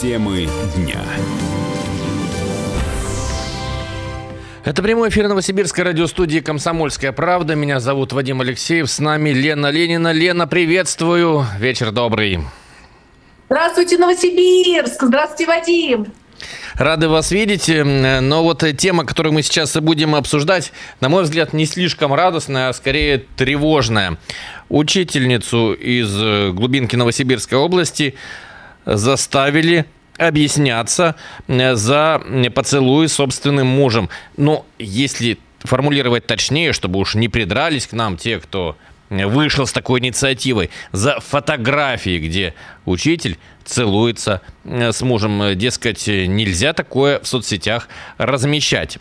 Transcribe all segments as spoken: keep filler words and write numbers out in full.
Темы дня. Это прямой эфир Новосибирской радиостудии «Комсомольская правда». Меня зовут Вадим Алексеев. С нами Лена Ленина. Лена, приветствую. Вечер добрый. Здравствуйте, Новосибирск. Здравствуйте, Вадим. Рады вас видеть. Но вот тема, которую мы сейчас будем обсуждать, на мой взгляд, не слишком радостная, а скорее тревожная. Учительницу из глубинки Новосибирской области заставили объясняться за поцелуй с собственным мужем. Но если формулировать точнее, чтобы уж не придрались к нам те, кто вышел с такой инициативой, за фотографии, где учитель целуется с мужем. Дескать, нельзя такое в соцсетях размещать.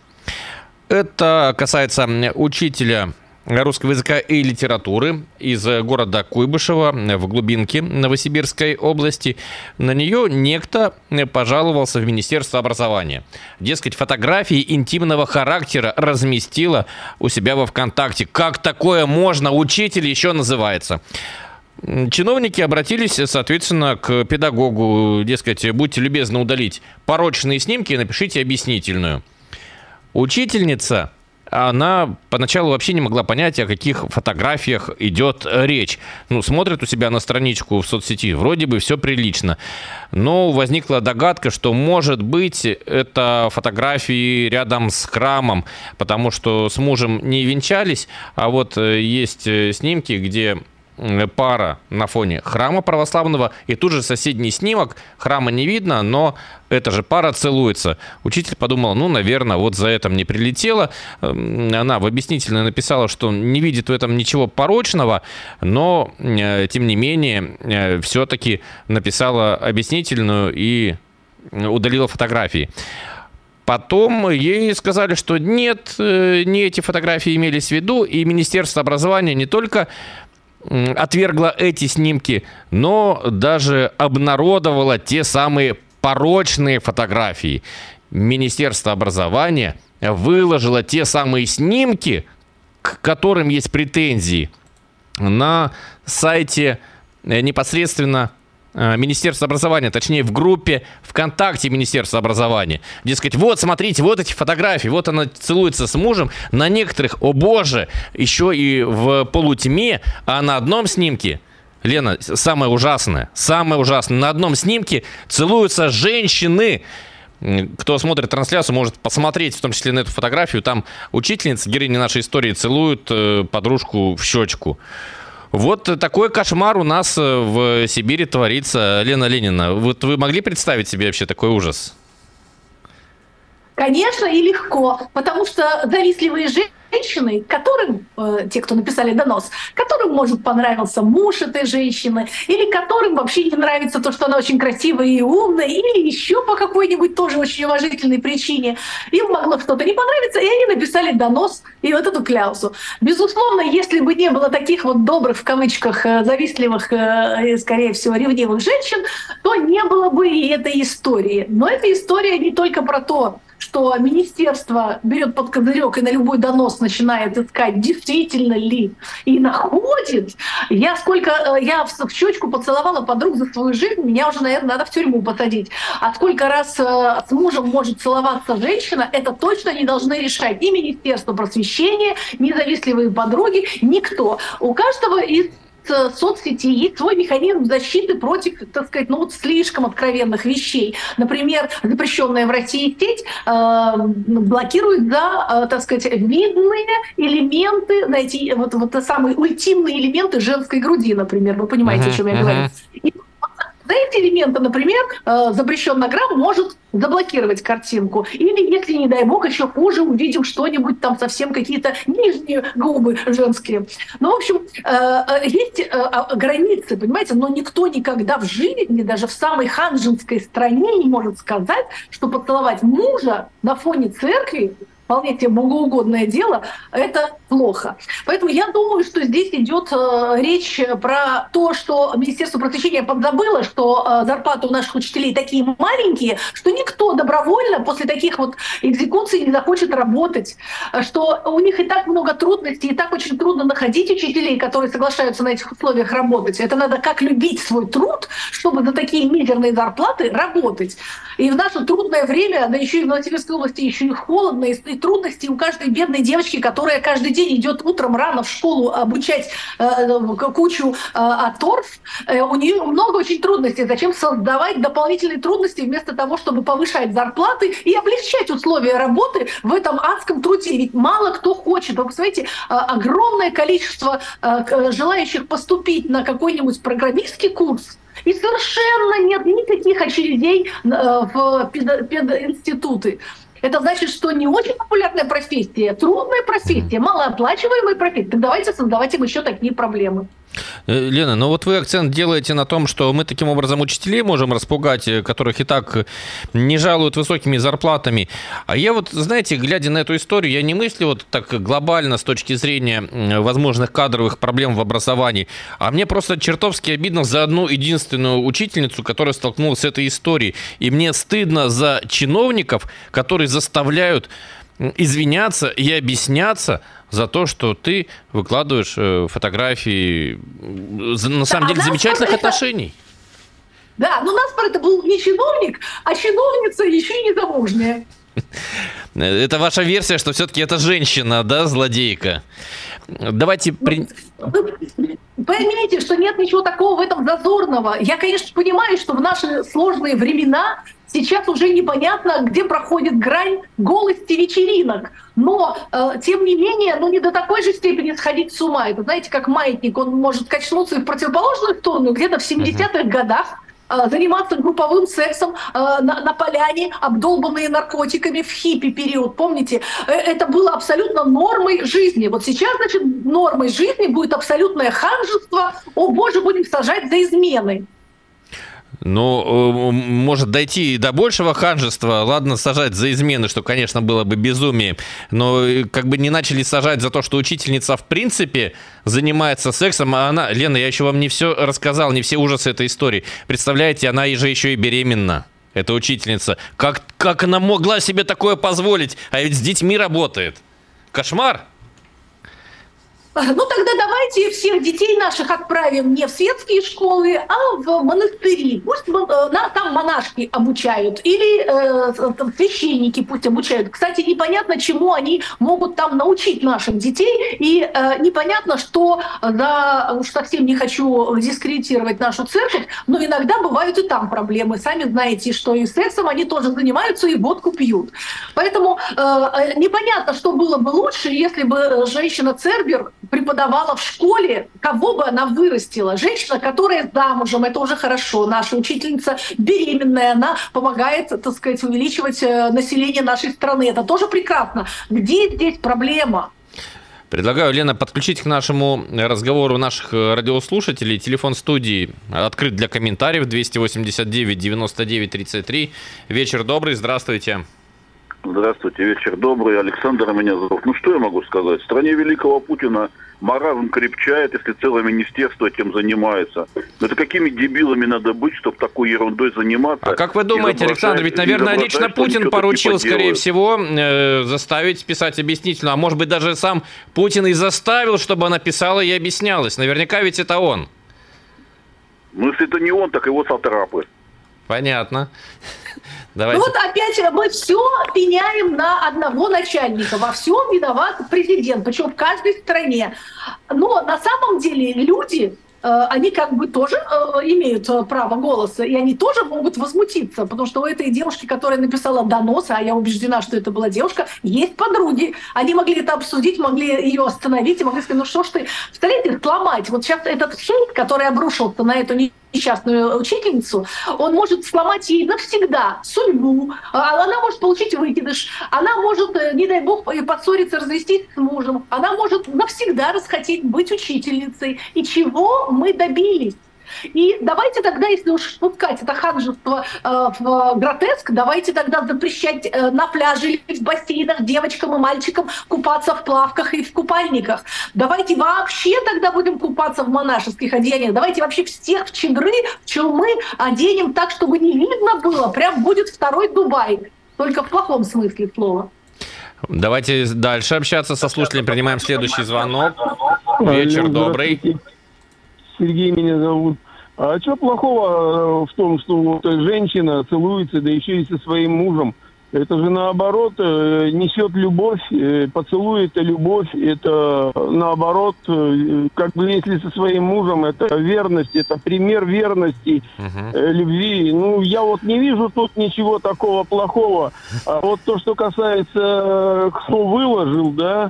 Это касается учителя русского языка и литературы из города Куйбышева в глубинке Новосибирской области. На нее некто пожаловался в Министерство образования. Дескать, фотографии интимного характера разместила у себя во ВКонтакте. Как такое можно? Учитель еще называется. Чиновники обратились, соответственно, к педагогу. Дескать, будьте любезны удалить порочные снимки и напишите объяснительную. Учительница... Она поначалу вообще не могла понять, о каких фотографиях идет речь. Ну, смотрит у себя на страничку в соцсети, вроде бы все прилично. Но возникла догадка, что, может быть, это фотографии рядом с храмом, потому что с мужем не венчались, а вот есть снимки, где пара на фоне храма православного, и тут же соседний снимок, храма не видно, но эта же пара целуется. Учитель подумал, ну, наверное, вот за это мне прилетело. Она в объяснительной написала, что не видит в этом ничего порочного, но, тем не менее, все-таки написала объяснительную и удалила фотографии. Потом ей сказали, что нет, не эти фотографии имелись в виду, и Министерство образования не только отвергла эти снимки, но даже обнародовала те самые порочные фотографии. Министерство образования выложило те самые снимки, к которым есть претензии, на сайте непосредственно Министерства образования, точнее в группе ВКонтакте Министерства образования. Дескать, вот, смотрите, вот эти фотографии, вот она целуется с мужем, на некоторых, о боже, еще и в полутьме, а на одном снимке, Лена, самое ужасное, самое ужасное, на одном снимке целуются женщины. Кто смотрит трансляцию, может посмотреть, в том числе на эту фотографию, там учительница, героиня нашей истории, целует подружку в щечку. Вот такой кошмар у нас в Сибири творится. Лена Ленина, вот вы могли представить себе вообще такой ужас? Конечно, и легко, потому что завистливые женщины, которым, э, те, кто написали донос, которым, может, понравился муж этой женщины, или которым вообще не нравится то, что она очень красивая и умная, или еще по какой-нибудь тоже очень уважительной причине, им могло что-то не понравиться, и они написали донос и вот эту кляузу. Безусловно, если бы не было таких вот добрых, в кавычках, завистливых и, скорее всего, ревнивых женщин, то не было бы и этой истории. Но эта история не только про то, что министерство берет под козырек и на любой донос начинает искать, действительно ли, и находит. Я сколько я в щечку поцеловала подруг за свою жизнь, меня уже, наверное, надо в тюрьму посадить. А сколько раз с мужем может целоваться женщина, это точно не должны решать ни Министерство просвещения, ни завистливые подруги, никто. У каждого из соцсети есть свой механизм защиты против, так сказать, ну вот слишком откровенных вещей. Например, запрещенная в России сеть э, блокирует за, э, так сказать, видные элементы, знаете, вот, вот самые ультимные элементы женской груди, например. Вы понимаете, uh-huh, о чем я uh-huh. говорю. И за эти элементы, например, э, запрещеннограмм может заблокировать картинку. Или, если, не дай бог, еще хуже, увидим что-нибудь там, совсем какие-то нижние губы женские. Ну, в общем, э, есть э, границы, понимаете, но никто никогда в жизни, даже в самой ханжинской стране, не может сказать, что поцеловать мужа на фоне церкви вполне себе богоугодное дело, это плохо. Поэтому я думаю, что здесь идет э, речь про то, что Министерство просвещения подзабыло, что э, зарплаты у наших учителей такие маленькие, что никто добровольно после таких вот экзекуций не захочет работать, что у них и так много трудностей, и так очень трудно находить учителей, которые соглашаются на этих условиях работать. Это надо как любить свой труд, чтобы за такие мизерные зарплаты работать. И в наше трудное время, да еще и в Новосибирской области еще и холодно, и, и трудности у каждой бедной девочки, которая каждый день идет утром рано в школу обучать э, кучу э, аторф, э, у нее много очень трудностей. Зачем создавать дополнительные трудности вместо того, чтобы повышать зарплаты и облегчать условия работы в этом адском труде? Ведь мало кто хочет. Вы посмотрите, э, огромное количество э, желающих поступить на какой-нибудь программистский курс, и совершенно нет никаких очередей в пединституты. Это значит, что не очень популярная профессия, трудная профессия, малооплачиваемая профессия. Так давайте создавать им еще такие проблемы. Лена, ну вот вы акцент делаете на том, что мы таким образом учителей можем распугать, которых и так не жалуют высокими зарплатами. А я вот, знаете, глядя на эту историю, я не мыслю вот так глобально с точки зрения возможных кадровых проблем в образовании, а мне просто чертовски обидно за одну единственную учительницу, которая столкнулась с этой историей. И мне стыдно за чиновников, которые заставляют извиняться и объясняться за то, что ты выкладываешь фотографии, на самом да, деле, замечательных это... отношений. Да, но Наспор это был не чиновник, а чиновница еще и незамужняя. Это ваша версия, что все-таки это женщина, да, злодейка? Давайте... При... Поймите, что нет ничего такого в этом зазорного. Я, конечно, понимаю, что в наши сложные времена сейчас уже непонятно, где проходит грань голости вечеринок. Но, э, тем не менее, ну не до такой же степени сходить с ума. Это, знаете, как маятник, он может качнуться и в противоположную сторону. Где-то в семидесятых годах э, заниматься групповым сексом э, на, на поляне, обдолбанные наркотиками в хиппи период. Помните, э, это было абсолютно нормой жизни. Вот сейчас, значит, нормой жизни будет абсолютное ханжество. О боже, будем сажать за измены. Ну, может дойти и до большего ханжества. Ладно, сажать за измены, что, конечно, было бы безумие. Но как бы не начали сажать за то, что учительница в принципе занимается сексом. А она, Лена, я еще вам не все рассказал, не все ужасы этой истории. Представляете, она же еще и беременна, эта учительница. Как, как она могла себе такое позволить? А ведь с детьми работает. Кошмар. Ну тогда давайте всех детей наших отправим не в светские школы, а в монастыри. Пусть там монашки обучают или э, священники пусть обучают. Кстати, непонятно, чему они могут там научить наших детей. И э, непонятно, что, да, уж совсем не хочу дискредитировать нашу церковь, но иногда бывают и там проблемы. Сами знаете, что и сексом они тоже занимаются, и водку пьют. Поэтому э, непонятно, что было бы лучше, если бы женщина Цербер преподавала в школе, кого бы она вырастила. Женщина, которая замужем, это уже хорошо. Наша учительница беременная, она помогает, так сказать, увеличивать население нашей страны. Это тоже прекрасно. Где здесь проблема? Предлагаю, Лена, подключить к нашему разговору наших радиослушателей. Телефон студии открыт для комментариев. двести восемьдесят девять девяносто девять тридцать три. Вечер добрый, здравствуйте. Здравствуйте, вечер добрый. Александр меня зовут. Ну, что я могу сказать? В стране великого Путина маразм крепчает, если целое министерство этим занимается. Но это какими дебилами надо быть, чтобы такой ерундой заниматься? А как вы думаете, Александр, ведь, наверное, лично Путин поручил, скорее всего, э, заставить писать объяснительную. А может быть, даже сам Путин и заставил, чтобы она писала и объяснялась. Наверняка ведь это он. Ну, если это не он, так его сатрапы. Понятно. Давайте. Ну вот опять мы все пеняем на одного начальника. Во всем виноват президент, причем в каждой стране. Но на самом деле люди, они как бы тоже имеют право голоса, и они тоже могут возмутиться, потому что у этой девушки, которая написала донос, а я убеждена, что это была девушка, есть подруги. Они могли это обсудить, могли ее остановить, и могли сказать, ну что ж ты, представляете, сломать. Вот сейчас этот хейт, который обрушился на эту несчастную учительницу, он может сломать ей навсегда судьбу, она может получить выкидыш, она может, не дай бог, поссориться, развестись с мужем, она может навсегда расхотеть быть учительницей. И чего мы добились? И давайте тогда, если уж спускать это ханжество э, в гротеск, давайте тогда запрещать э, на пляже или в бассейнах девочкам и мальчикам купаться в плавках и в купальниках. Давайте вообще тогда будем купаться в монашеских одеяниях. Давайте вообще всех в чедры, в чулмы оденем так, чтобы не видно было. Прям будет второй Дубай. Только в плохом смысле слова. Давайте дальше общаться со слушателями. Принимаем следующий звонок. Вечер добрый. Сергей меня зовут. А что плохого в том, что вот женщина целуется, да еще и со своим мужем? Это же наоборот несет любовь, поцелуй это любовь, это наоборот, как бы если со своим мужем, это верность, это пример верности, uh-huh. любви. Ну, я вот не вижу тут ничего такого плохого. А вот то, что касается, кто выложил, да,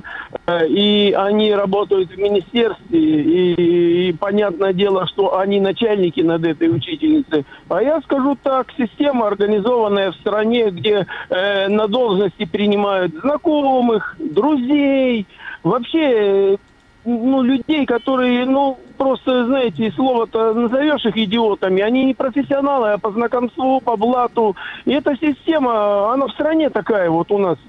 и они работают в министерстве, и, и понятное дело, что они начальники над этой учительницей. А я скажу так, система, организованная в стране, где на должности принимают знакомых, друзей, вообще, ну, людей, которые, ну, просто, знаете, слово-то назовешь их идиотами, они не профессионалы, а по знакомству, по блату. И эта система, она в стране такая вот у нас.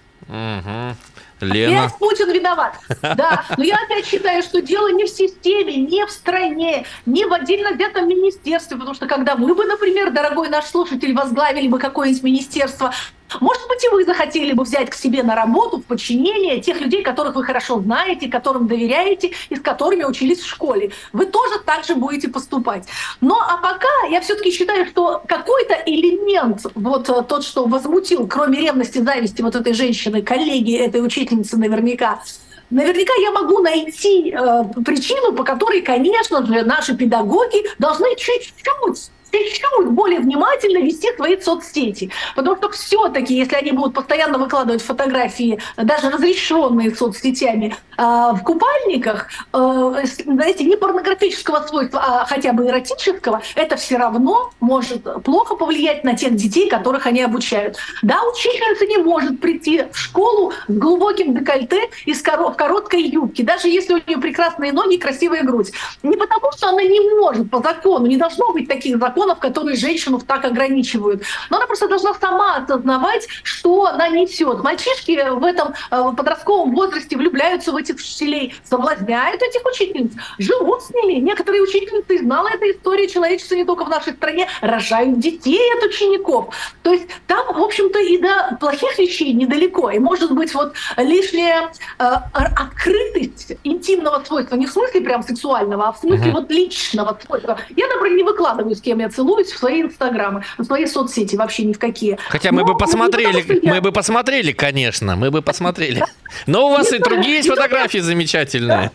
Угу. Лена. Опять Путин виноват. Да, но я опять считаю, что дело не в системе, не в стране, не в отдельно взятом министерстве, потому что когда мы бы, например, дорогой наш слушатель, возглавили бы какое-нибудь министерство, может быть, и вы захотели бы взять к себе на работу, в подчинение тех людей, которых вы хорошо знаете, которым доверяете и с которыми учились в школе. Вы тоже так же будете поступать. Но а пока я все-таки считаю, что какой-то элемент, вот тот, что возмутил, кроме ревности, зависти вот этой женщины, коллеги этой учительницы наверняка, Наверняка я могу найти э, причину, по которой, конечно же, наши педагоги должны чуть-чуть чуть-чуть более внимательно вести свои соцсети. Потому что все-таки, если они будут постоянно выкладывать фотографии, даже разрешенные соцсетями, э, в купальниках, э, знаете, не порнографического свойства, а хотя бы эротического, это все равно может плохо повлиять на тех детей, которых они обучают. Да, учительница не может прийти в школу с глубоким декольте и с коро- в короткой юбке, даже если у нее прекрасные ноги и красивая грудь. Не потому, что она не может по закону, не должно быть таких законов, которые женщину так ограничивают. Но она просто должна сама осознавать, что она несет. Мальчишки в этом э, подростковом возрасте влюбляются в этих учителей, соблазняют этих учительниц, живут с ними. Некоторые учительницы, знала эта история человечества не только в нашей стране, рожают детей от учеников. То есть там, в общем-то, и до плохих вещей недалеко. И, может быть, вот лишняя э, открытость интимного свойства, не в смысле прям сексуального, а в смысле uh-huh. вот личного свойства. Я, например, не выкладываю, с кем я целуюсь в свои инстаграмы, в свои соцсети, вообще ни в какие. Хотя мы Но, бы посмотрели, потому, мы я... бы посмотрели, конечно, мы бы посмотрели. Но у вас и другие есть фотографии замечательные.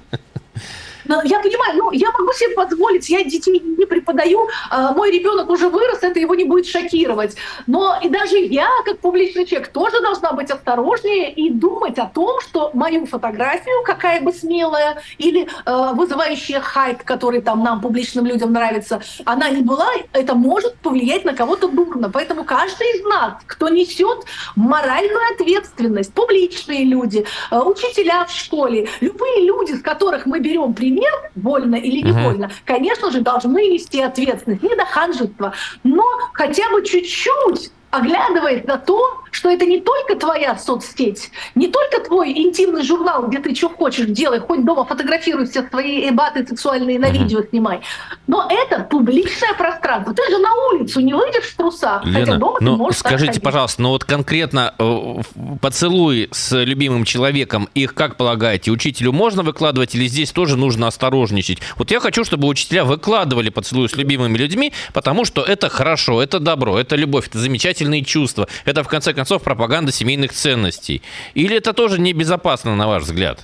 Но я понимаю, ну, я могу себе позволить, я детей не преподаю, э, мой ребенок уже вырос, это его не будет шокировать. Но и даже я, как публичный человек, тоже должна быть осторожнее и думать о том, что мою фотографию, какая бы смелая или э, вызывающая хайп, который там нам, публичным людям, нравится, она не была, это может повлиять на кого-то дурно. Поэтому каждый из нас, кто несет моральную ответственность, публичные люди, э, учителя в школе, любые люди, с которых мы берем пример, больно или не больно, uh-huh. конечно же, должны нести ответственность, не до ханжества, но хотя бы чуть-чуть оглядываясь на то, что это не только твоя соцсеть, не только твой интимный журнал, где ты что хочешь делай, хоть дома фотографируй все свои эбаты сексуальные, на uh-huh. видео снимай, но это публичное пространство. Ты же на улицу не выйдешь в трусах, Лена, хотя дома ну, ты можешь скажите, пожалуйста, ну вот конкретно поцелуй с любимым человеком, их, как полагаете, учителю можно выкладывать или здесь тоже нужно осторожничать? Вот я хочу, чтобы учителя выкладывали поцелуй с любимыми людьми, потому что это хорошо, это добро, это любовь, это замечательно, чувства. Это, в конце концов, пропаганда семейных ценностей. Или это тоже небезопасно, на ваш взгляд?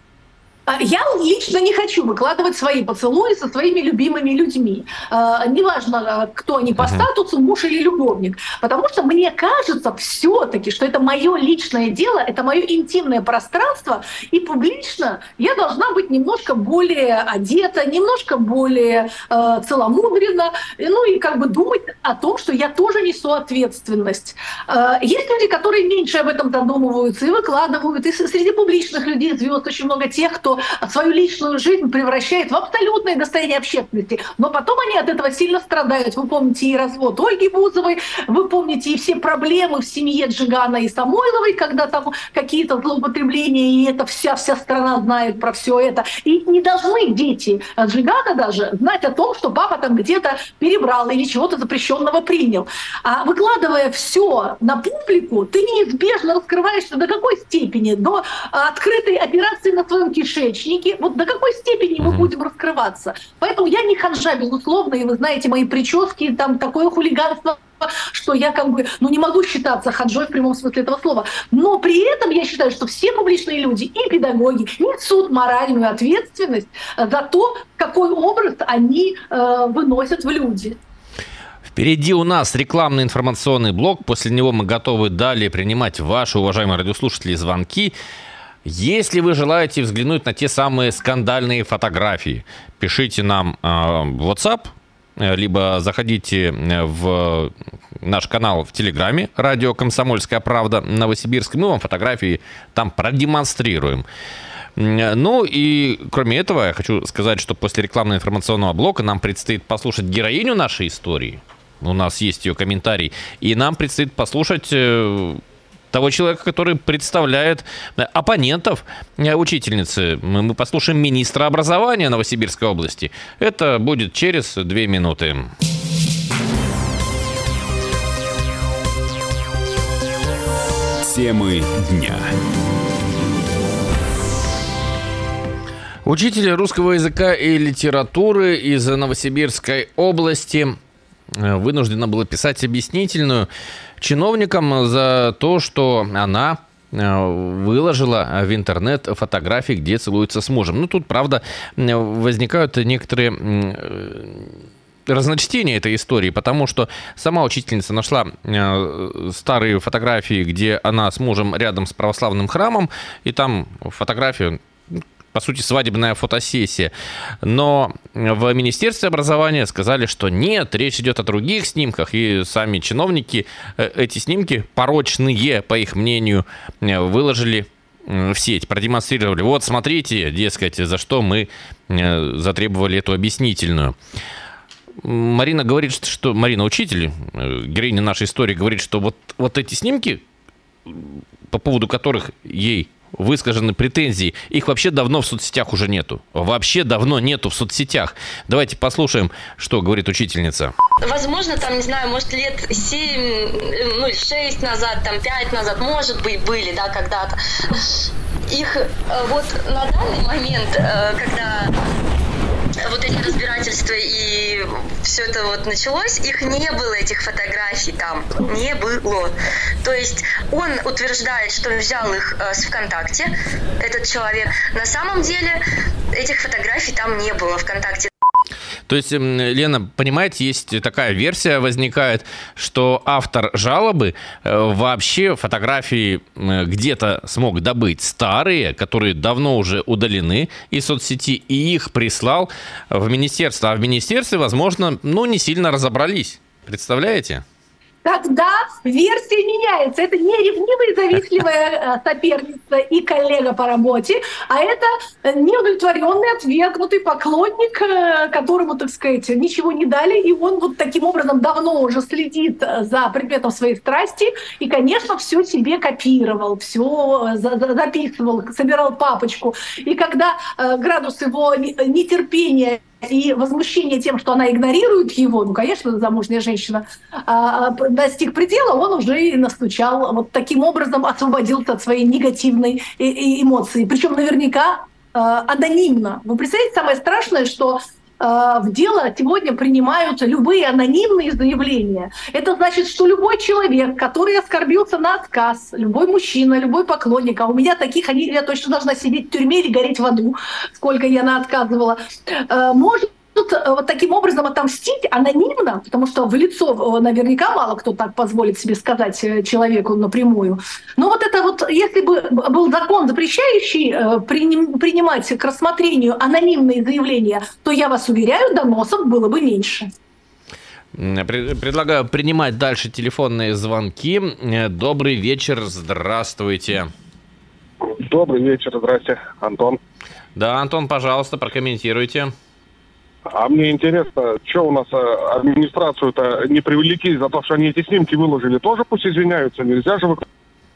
Я лично не хочу выкладывать свои поцелуи со своими любимыми людьми. Э, неважно, кто они по uh-huh. статусу, муж или любовник. Потому что мне кажется все-таки, что это мое личное дело, это мое интимное пространство, и публично я должна быть немножко более одета, немножко более э, целомудренно, ну и как бы думать о том, что я тоже несу ответственность. Э, есть люди, которые меньше об этом задумываются и выкладывают, и среди публичных людей, звезд, очень много тех, кто свою личную жизнь превращает в абсолютное достояние общественности. Но потом они от этого сильно страдают. Вы помните и развод Ольги Бузовой, вы помните и все проблемы в семье Джигана и Самойловой, когда там какие-то злоупотребления, и это вся, вся страна знает про все это. И не должны дети Джигана даже знать о том, что папа там где-то перебрал или чего-то запрещенного принял. А выкладывая все на публику, ты неизбежно раскрываешься до какой степени? До открытой операции на своем кишечнике. Вот до какой степени мы будем раскрываться? Поэтому я не ханжа, безусловно, и вы знаете мои прически, там такое хулиганство, что я как бы, ну, не могу считаться ханжой в прямом смысле этого слова. Но при этом я считаю, что все публичные люди и педагоги несут моральную ответственность за то, какой образ они э, выносят в люди. Впереди у нас рекламный информационный блок. После него мы готовы далее принимать ваши, уважаемые радиослушатели, звонки. Если вы желаете взглянуть на те самые скандальные фотографии, пишите нам э, в WhatsApp, либо заходите в наш канал в Телеграме «Радио Комсомольская правда» Новосибирск. Мы вам фотографии там продемонстрируем. Ну и кроме этого, я хочу сказать, что после рекламного информационного блока нам предстоит послушать героиню нашей истории. У нас есть ее комментарий. И нам предстоит послушать того человека, который представляет оппонентов учительницы. Мы послушаем министра образования Новосибирской области. Это будет через две минуты. Темы дня. Учитель русского языка и литературы из Новосибирской области вынуждена была писать объяснительную чиновникам за то, что она выложила в интернет фотографии, где целуется с мужем. Ну, тут, правда, возникают некоторые разночтения этой истории, потому что сама учительница нашла старые фотографии, где она с мужем рядом с православным храмом, и там фотографию, по сути, свадебная фотосессия. Но в Министерстве образования сказали, что нет, речь идет о других снимках, и сами чиновники эти снимки, порочные, по их мнению, выложили в сеть, продемонстрировали. Вот, смотрите, дескать, за что мы затребовали эту объяснительную. Марина говорит, что... Марина, учитель, героиня нашей истории, говорит, что вот, вот эти снимки, по поводу которых ей высказаны претензии, их вообще давно в соцсетях уже нету. Вообще давно нету в соцсетях. Давайте послушаем, что говорит учительница. Возможно, там, не знаю, может, лет семь, ну, шесть назад, там, пять назад, может быть, были, да, когда-то. Их вот на данный момент, когда вот эти разбирательства и все это вот началось, их не было, этих фотографий там, не было. То есть он утверждает, что взял их э, с ВКонтакте, этот человек. На самом деле этих фотографий там не было ВКонтакте. То есть, Лена, понимаете, есть такая версия возникает, что автор жалобы вообще фотографии где-то смог добыть старые, которые давно уже удалены из соцсети, и их прислал в министерство. А в министерстве, возможно, ну, не сильно разобрались. Представляете? Тогда версия меняется. Это не ревнивая, завистливая соперница и коллега по работе, а это неудовлетворенный, отвергнутый поклонник, которому, так сказать, ничего не дали, и он вот таким образом давно уже следит за предметом своей страсти и, конечно, все себе копировал, все записывал, собирал папочку. И когда градус его нетерпения и возмущение тем, что она игнорирует его, ну, конечно, замужняя женщина, а, достиг предела, он уже и настучал. Вот таким образом освободился от своей негативной э- э- эмоции. Причем наверняка э- анонимно. Вы представляете, самое страшное, что э- в дело сегодня принимают любые анонимные заявления. Это значит, что любой человек, который оскорбился на отказ, любой мужчина, любой поклонник, а у меня таких, они, я точно должна сидеть в тюрьме или гореть в аду, сколько я наотказывала, э- может вот таким образом отомстить анонимно, потому что в лицо наверняка мало кто так позволит себе сказать человеку напрямую. Но вот это вот, если бы был закон, запрещающий принимать к рассмотрению анонимные заявления, то, я вас уверяю, доносов было бы меньше. Предлагаю принимать дальше телефонные звонки. Добрый вечер, здравствуйте. Добрый вечер, здрасте, Антон. Да, Антон, пожалуйста, прокомментируйте. А мне интересно, что у нас администрацию-то не привлекли за то, что они эти снимки выложили, тоже пусть извиняются, нельзя же выкладывать.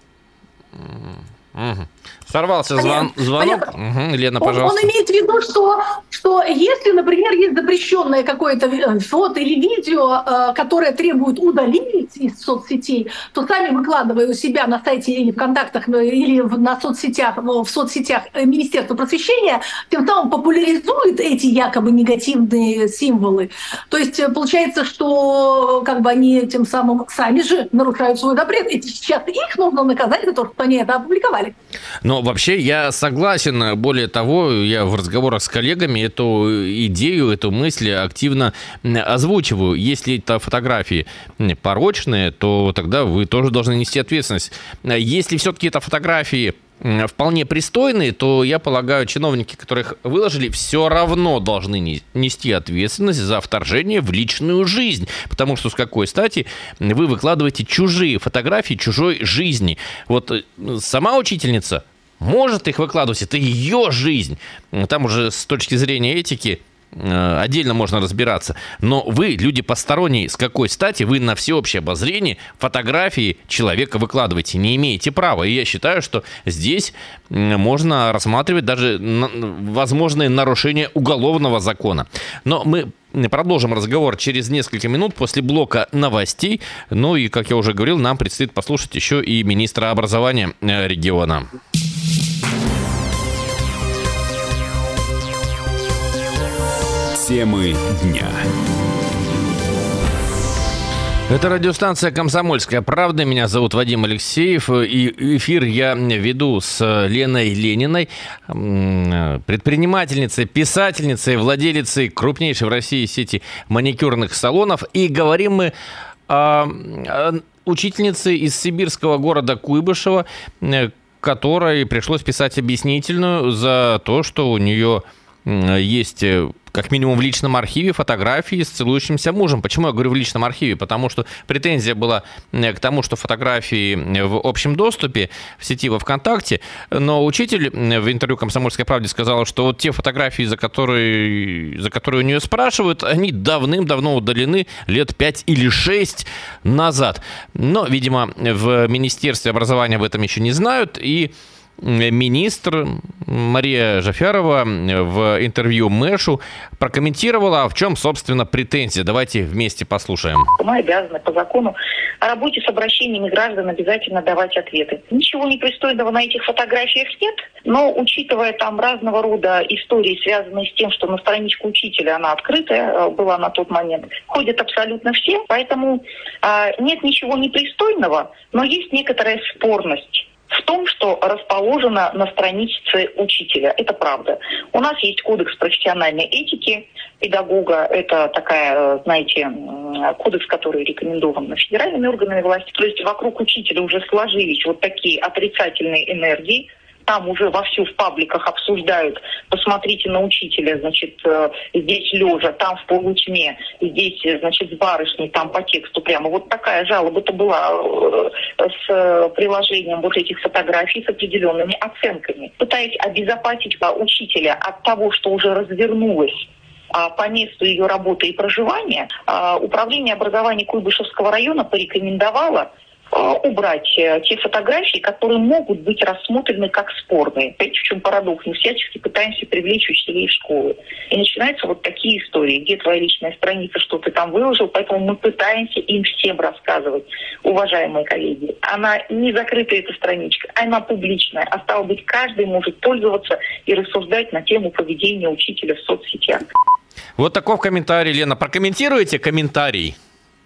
Угу. Сорвался звон, звонок. Угу. Лена, пожалуйста. Он, он имеет в виду, что, что если, например, есть запрещенное какое-то фото или видео, которое требует удалить из соцсетей, то сами выкладывая у себя на сайте или в контактах, или на соцсетях, в соцсетях Министерства просвещения, тем самым популяризует эти якобы негативные символы. То есть получается, что как бы они тем самым сами же нарушают свой запрет. И сейчас их нужно наказать за то, что они это опубликовали. Но вообще я согласен. Более того, я в разговорах с коллегами эту идею, эту мысль активно озвучиваю. Если это фотографии порочные, то тогда вы тоже должны нести ответственность. Если все-таки это фотографии вполне пристойные, то, я полагаю, чиновники, которые их выложили, все равно должны нести ответственность за вторжение в личную жизнь. Потому что с какой стати вы выкладываете чужие фотографии чужой жизни? Вот сама учительница может их выкладывать, это ее жизнь. Там уже с точки зрения этики отдельно можно разбираться. Но вы, люди посторонние, с какой стати вы на всеобщее обозрение фотографии человека выкладываете? Не имеете права. И я считаю, что здесь можно рассматривать даже возможные нарушения уголовного закона. Но мы продолжим разговор через несколько минут после блока новостей. Ну и, как я уже говорил, нам предстоит послушать еще и министра образования региона. Темы дня. Это радиостанция «Комсомольская правда». Меня зовут Вадим Алексеев. И эфир я веду с Леной Лениной, предпринимательницей, писательницей, владелицей крупнейшей в России сети маникюрных салонов. И говорим мы о учительнице из сибирского города Куйбышева, которой пришлось писать объяснительную за то, что у нее есть, как минимум, в личном архиве фотографии с целующимся мужем. Почему я говорю в личном архиве? Потому что претензия была к тому, что фотографии в общем доступе в сети во ВКонтакте, но учитель в интервью «Комсомольской правде» сказала, что вот те фотографии, за которые, за которые у нее спрашивают, они давным-давно удалены лет пять или шесть назад. Но, видимо, в Министерстве образования об этом еще не знают, и министр Мария Жафярова в интервью Мэшу прокомментировала, в чем, собственно, претензия. Давайте вместе послушаем. Мы обязаны по закону о работе с обращениями граждан обязательно давать ответы. Ничего непристойного на этих фотографиях нет, но учитывая там разного рода истории, связанные с тем, что на страничку учителя она открытая была на тот момент, ходят абсолютно все, поэтому э, нет ничего непристойного, но есть некоторая спорность в том, что расположено на странице учителя. Это правда. У нас есть кодекс профессиональной этики педагога. Это такая, знаете, кодекс, который рекомендован федеральными органами власти. То есть вокруг учителя уже сложились вот такие отрицательные энергии. Там уже вовсю в пабликах обсуждают, посмотрите на учителя, значит, здесь лежа, там в полутьме, здесь, значит, с барышней, там по тексту прямо. Вот такая жалоба-то была с приложением вот этих фотографий с определенными оценками. Пытаясь обезопасить учителя от того, что уже развернулось по месту ее работы и проживания, Управление образования Куйбышевского района порекомендовало убрать те фотографии, которые могут быть рассмотрены как спорные. Видите, в чем парадокс? Мы всячески пытаемся привлечь учителей в школы. И начинаются вот такие истории. Где твоя личная страница, что ты там выложил? Поэтому мы пытаемся им всем рассказывать, уважаемые коллеги. Она не закрытая, эта страничка, она публичная. А стало быть, каждый может пользоваться и рассуждать на тему поведения учителя в соцсетях. Вот такой комментарий, Лена. Прокомментируйте комментарий.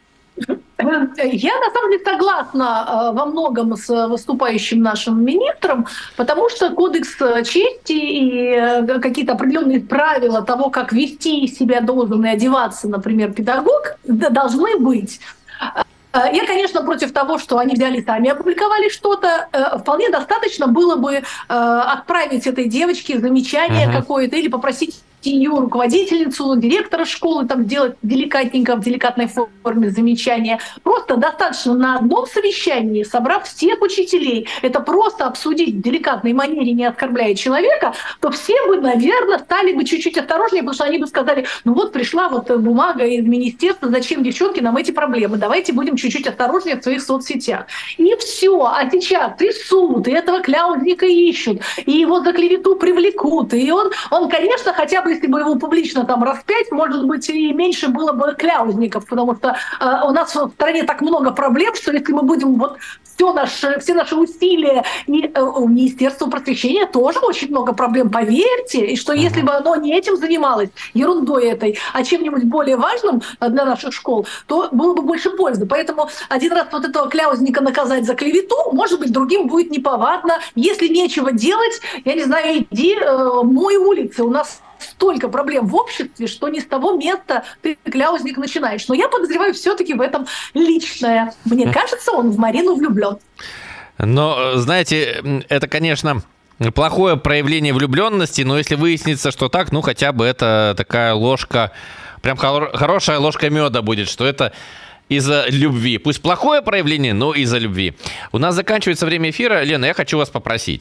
Я, на самом деле, согласна во многом с выступающим нашим министром, потому что кодекс чести и какие-то определенные правила того, как вести себя должен и одеваться, например, педагог, должны быть. Я, конечно, против того, что они взяли сами, опубликовали что-то. Вполне достаточно было бы отправить этой девочке замечание uh-huh. какое-то или попросить ее руководительницу, директора школы, там делать деликатненько, в деликатной форме замечания. Просто достаточно на одном совещании, собрав всех учителей, это просто обсудить в деликатной манере, не оскорбляя человека, то все бы, наверное, стали бы чуть-чуть осторожнее, потому что они бы сказали, ну вот пришла вот бумага из министерства, зачем, девчонки, нам эти проблемы, давайте будем чуть-чуть осторожнее в своих соцсетях. И все, а сейчас и суд, и этого кляузника ищут, и его за клевету привлекут, и он, он, конечно, хотя бы, если бы его публично там распять, может быть, и меньше было бы кляузников, потому что э, у нас в стране так много проблем, что если мы будем вот все наши, все наши усилия, и э, у Министерства просвещения тоже очень много проблем, поверьте, и что если бы оно не этим занималось, ерундой этой, а чем-нибудь более важным для наших школ, то было бы больше пользы. Поэтому один раз вот этого кляузника наказать за клевету, может быть, другим будет неповадно. Если нечего делать, я не знаю, иди э, мой улицы. У нас столько проблем в обществе, что не с того места ты, кляузник, начинаешь. Но я подозреваю все-таки в этом личное. Мне кажется, он в Марину влюблен. Но, знаете, это, конечно, плохое проявление влюбленности, но если выяснится, что так, ну, хотя бы это такая ложка, прям хор- хорошая ложка меда будет, что это из-за любви. Пусть плохое проявление, но из-за любви. У нас заканчивается время эфира. Лена, я хочу вас попросить.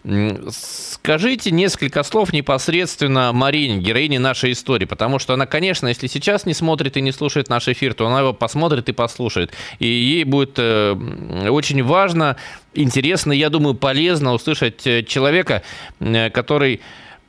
Скажите несколько слов непосредственно Марине, героине нашей истории, потому что она, конечно, если сейчас не смотрит и не слушает наш эфир, то она его посмотрит и послушает. И ей будет э, очень важно, интересно, я думаю, полезно услышать человека, э, который...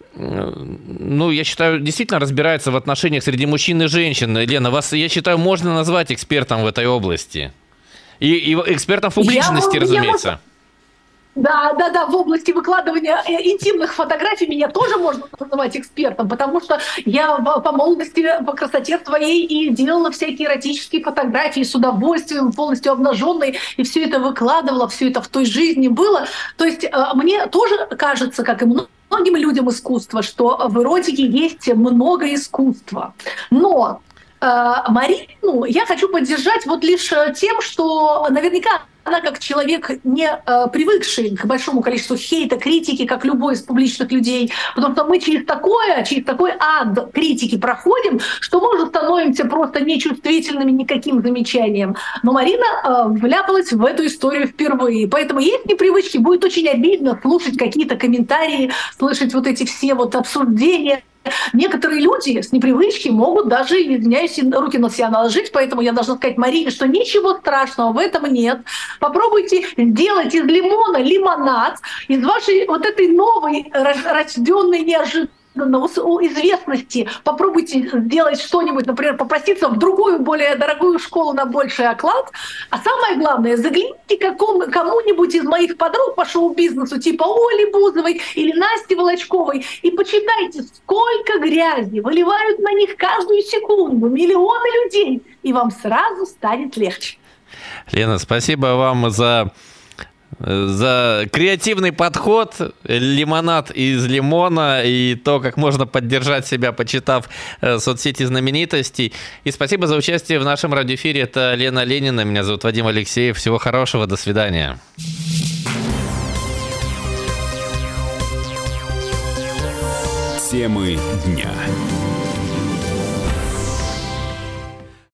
Ну, я считаю, действительно разбирается в отношениях среди мужчин и женщин. Лена, вас, я считаю, можно назвать экспертом в этой области. И, и экспертом в публичности, я, разумеется. Я... Да, да, да, в области выкладывания интимных фотографий меня тоже можно называть экспертом, потому что я по молодости, по красоте своей и делала всякие эротические фотографии с удовольствием, полностью обнаженные, и все это выкладывала, все это в той жизни было. То есть мне тоже кажется, как и много, многим людям искусства, что в эротике есть много искусства. Но э, Марину я хочу поддержать вот лишь тем, что наверняка она как человек, не э, привыкший к большому количеству хейта, критики, как любой из публичных людей, потому что мы через такое, через такой ад критики проходим, что мы уже становимся просто нечувствительными никаким замечаниям. Но Марина э, вляпалась в эту историю впервые. Поэтому есть непривычки, будет очень обидно слушать какие-то комментарии, слышать вот эти все вот обсуждения. Некоторые люди с непривычки могут даже, извиняюсь, руки на себя наложить, поэтому я должна сказать Марине, что ничего страшного в этом нет. Попробуйте сделать из лимона лимонад, из вашей вот этой новой, рожденной неожиданно известности. Попробуйте сделать что-нибудь, например, попроситься в другую, более дорогую школу на больший оклад. А самое главное, загляните какому, кому-нибудь из моих подруг по шоу-бизнесу, типа Оли Бузовой или Насти Волочковой, и почитайте, сколько грязи выливают на них каждую секунду миллионы людей, и вам сразу станет легче. Лена, спасибо вам за... за креативный подход, лимонад из лимона и то, как можно поддержать себя, почитав э, соцсети знаменитостей. И спасибо за участие в нашем радиоэфире. Это Лена Ленина, меня зовут Вадим Алексеев. Всего хорошего, до свидания. Темы дня.